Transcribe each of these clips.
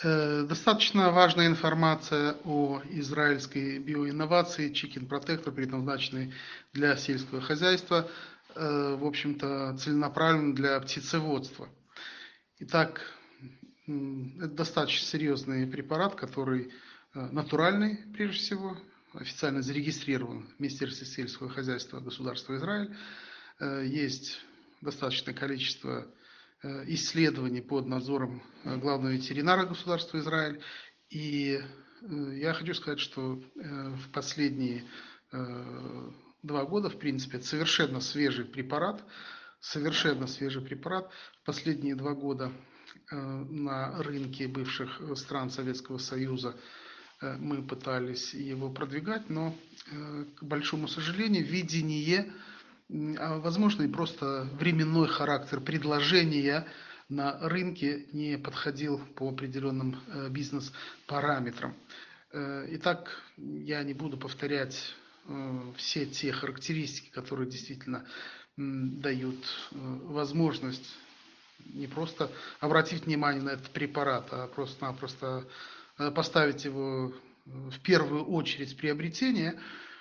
Достаточно важная информация о израильской биоинновации Chicken Protector, предназначенной для сельского хозяйства, в общем-то, целенаправленно для птицеводства. Итак, это достаточно серьезный препарат, который натуральный, прежде всего, официально зарегистрирован в Министерстве сельского хозяйства государства Израиль. Есть достаточное количество исследований под надзором главного ветеринара государства Израиль. И я хочу сказать, что в последние 2 года, в принципе, это совершенно свежий препарат. Совершенно свежий препарат. В последние 2 года на рынке бывших стран Советского Союза мы пытались его продвигать, но, к большому сожалению, видение, возможно, и просто временной характер предложения на рынке не подходил по определенным бизнес-параметрам. Итак, я не буду повторять все те характеристики, которые действительно дают возможность не просто обратить внимание на этот препарат, а просто-напросто поставить его в первую очередь приобретения.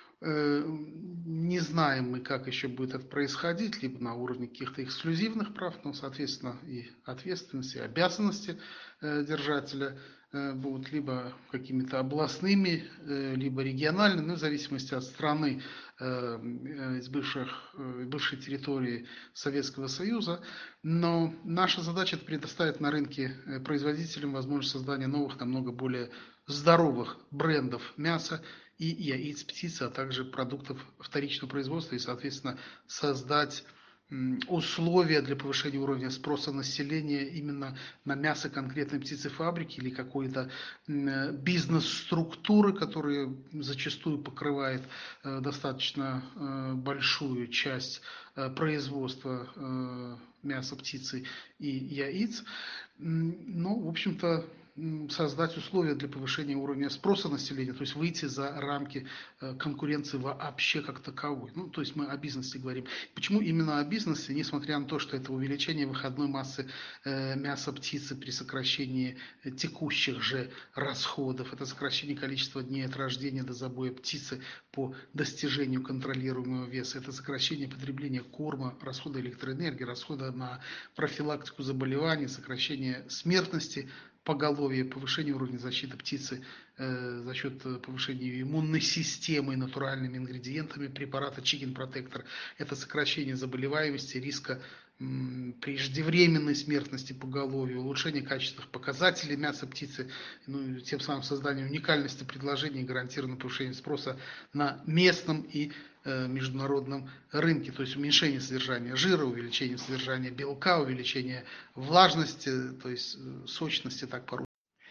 Не знаем мы, как еще будет это происходить, либо на уровне каких-то эксклюзивных прав, но, соответственно, и ответственности, и обязанности держателя будут либо какими-то областными, либо региональными, ну, в зависимости от страны из бывшей территории Советского Союза. Но наша задача – это предоставить на рынке производителям возможность создания новых, намного более здоровых брендов мяса и яиц, птицы, а также продуктов вторичного производства и, соответственно, создать условия для повышения уровня спроса населения именно на мясо конкретной птицефабрики или какой-то бизнес-структуры, которая зачастую покрывает достаточно большую часть производства мяса, птицы и яиц. Ну, в общем-то, создать условия для повышения уровня спроса населения, то есть выйти за рамки конкуренции вообще как таковой. Ну, то есть мы о бизнесе говорим. Почему именно о бизнесе, несмотря на то, что это увеличение выходной массы мяса птицы при сокращении текущих же расходов, это сокращение количества дней от рождения до забоя птицы по достижению контролируемого веса, это сокращение потребления корма, расхода электроэнергии, расхода на профилактику заболеваний, сокращение смертности поголовья, повышение уровня защиты птицы за счет повышения ее иммунной системы натуральными ингредиентами препарата Chicken Protector. Это сокращение заболеваемости, риска преждевременной смертности поголовья, улучшение качественных показателей мяса птицы, ну, тем самым создание уникальности предложения и гарантированное повышение спроса на местном и международном рынке, то есть уменьшение содержания жира, увеличение содержания белка, увеличение влажности, то есть сочности, так по-русски.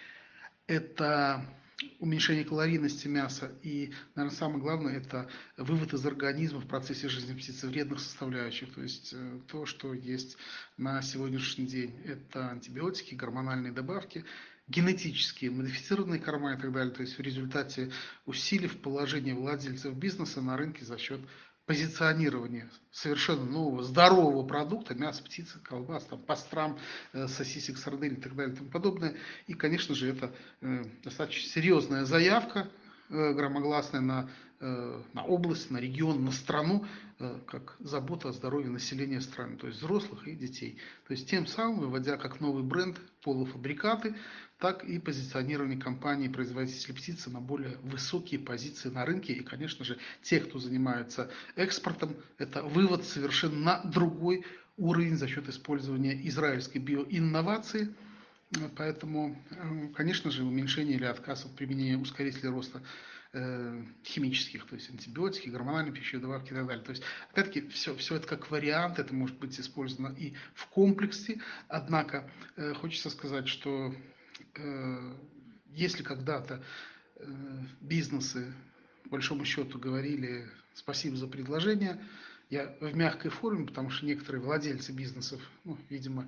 Это уменьшение калорийности мяса и, наверное, самое главное, это вывод из организма в процессе жизни птицы вредных составляющих, то есть то, что есть на сегодняшний день. Это антибиотики, гормональные добавки, генетически модифицированные корма и так далее, то есть в результате усилив положение владельцев бизнеса на рынке за счет позиционирования совершенно нового, здорового продукта, мяса, птицы, колбас, там, пастрам, сосисек, сардель и так далее и тому подобное. И, конечно же, это достаточно серьезная заявка, громогласная на область, на регион, на страну, как забота о здоровье населения страны, то есть взрослых и детей. То есть тем самым выводя как новый бренд полуфабрикаты, так и позиционирование компании производителей птицы на более высокие позиции на рынке. И, конечно же, те, кто занимается экспортом, это вывод совершенно на другой уровень за счет использования израильской биоинновации. Поэтому, конечно же, уменьшение или отказ от применения ускорителей роста химических, то есть антибиотики, гормональные пищевые добавки и так далее. То есть, опять-таки, все это как вариант, это может быть использовано и в комплексе. Однако, хочется сказать, что если когда-то бизнесы, по большому счету, говорили «спасибо за предложение», я в мягкой форме, потому что некоторые владельцы бизнесов, ну, видимо,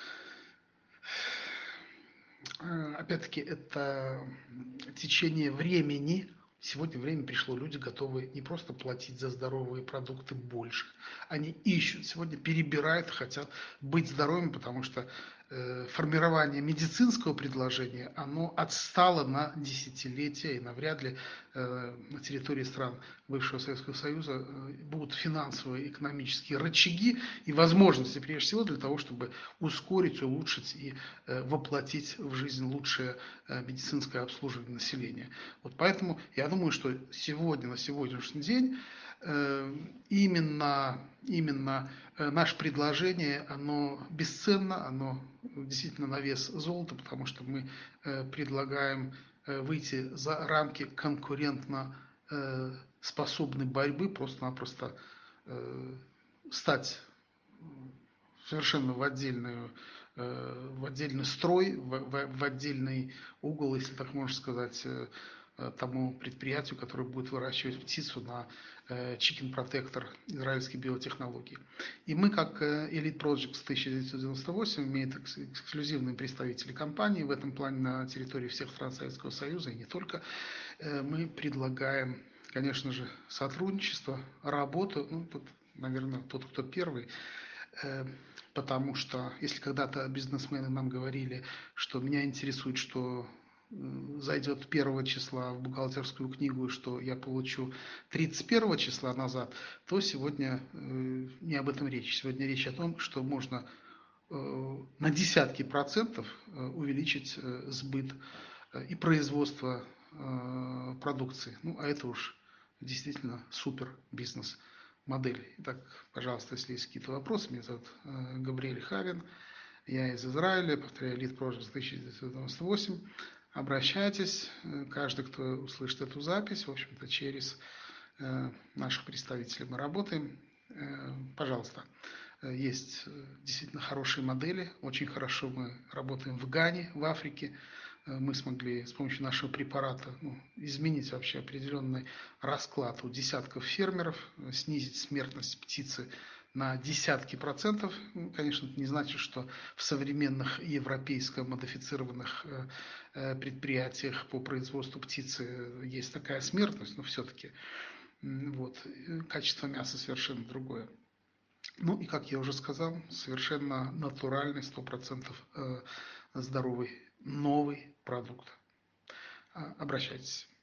опять-таки, это течение времени. Сегодня время пришло, люди готовы не просто платить за здоровые продукты больше, они ищут, сегодня перебирают, хотят быть здоровыми, потому что формирование медицинского предложения, оно отстало на десятилетия, и навряд ли на территории стран бывшего Советского Союза будут финансовые, экономические рычаги и возможности, прежде всего, для того, чтобы ускорить, улучшить и воплотить в жизнь лучшее медицинское обслуживание населения. Вот поэтому я думаю, что сегодня, на сегодняшний день, именно наше предложение, оно бесценно, оно действительно на вес золота, потому что мы предлагаем выйти за рамки конкурентно способной борьбы, просто-напросто стать совершенно в отдельный строй, в отдельный угол, если так можно сказать, тому предприятию, которое будет выращивать птицу на Chicken Protector израильской биотехнологии. И мы, как Elite Projects 1998, имеет эксклюзивные представители компании в этом плане на территории всех стран Советского Союза и не только, мы предлагаем, конечно же, сотрудничество, работу, ну, тут, наверное, тот, кто первый, потому что если когда-то бизнесмены нам говорили, что меня интересует, что зайдет 1 числа в бухгалтерскую книгу, и что я получу 31 числа назад, то сегодня не об этом речь. Сегодня речь о том, что можно на десятки процентов увеличить сбыт и производство продукции. Ну, а это уж действительно супер бизнес модель. Итак, пожалуйста, если есть какие-то вопросы, меня зовут Габриэль Хавин, я из Израиля, повторяю, Elite Projects 1998. Обращайтесь, каждый, кто услышит эту запись, в общем-то, через наших представителей мы работаем. Пожалуйста, есть действительно хорошие модели, очень хорошо мы работаем в Гане, в Африке. Мы смогли с помощью нашего препарата изменить вообще определенный расклад у десятков фермеров, снизить смертность птицы на десятки процентов. Конечно, это не значит, что в современных европейско-модифицированных предприятиях по производству птицы есть такая смертность, но все-таки вот, качество мяса совершенно другое. Ну и, как я уже сказал, совершенно натуральный, 100% здоровый, новый продукт. Обращайтесь.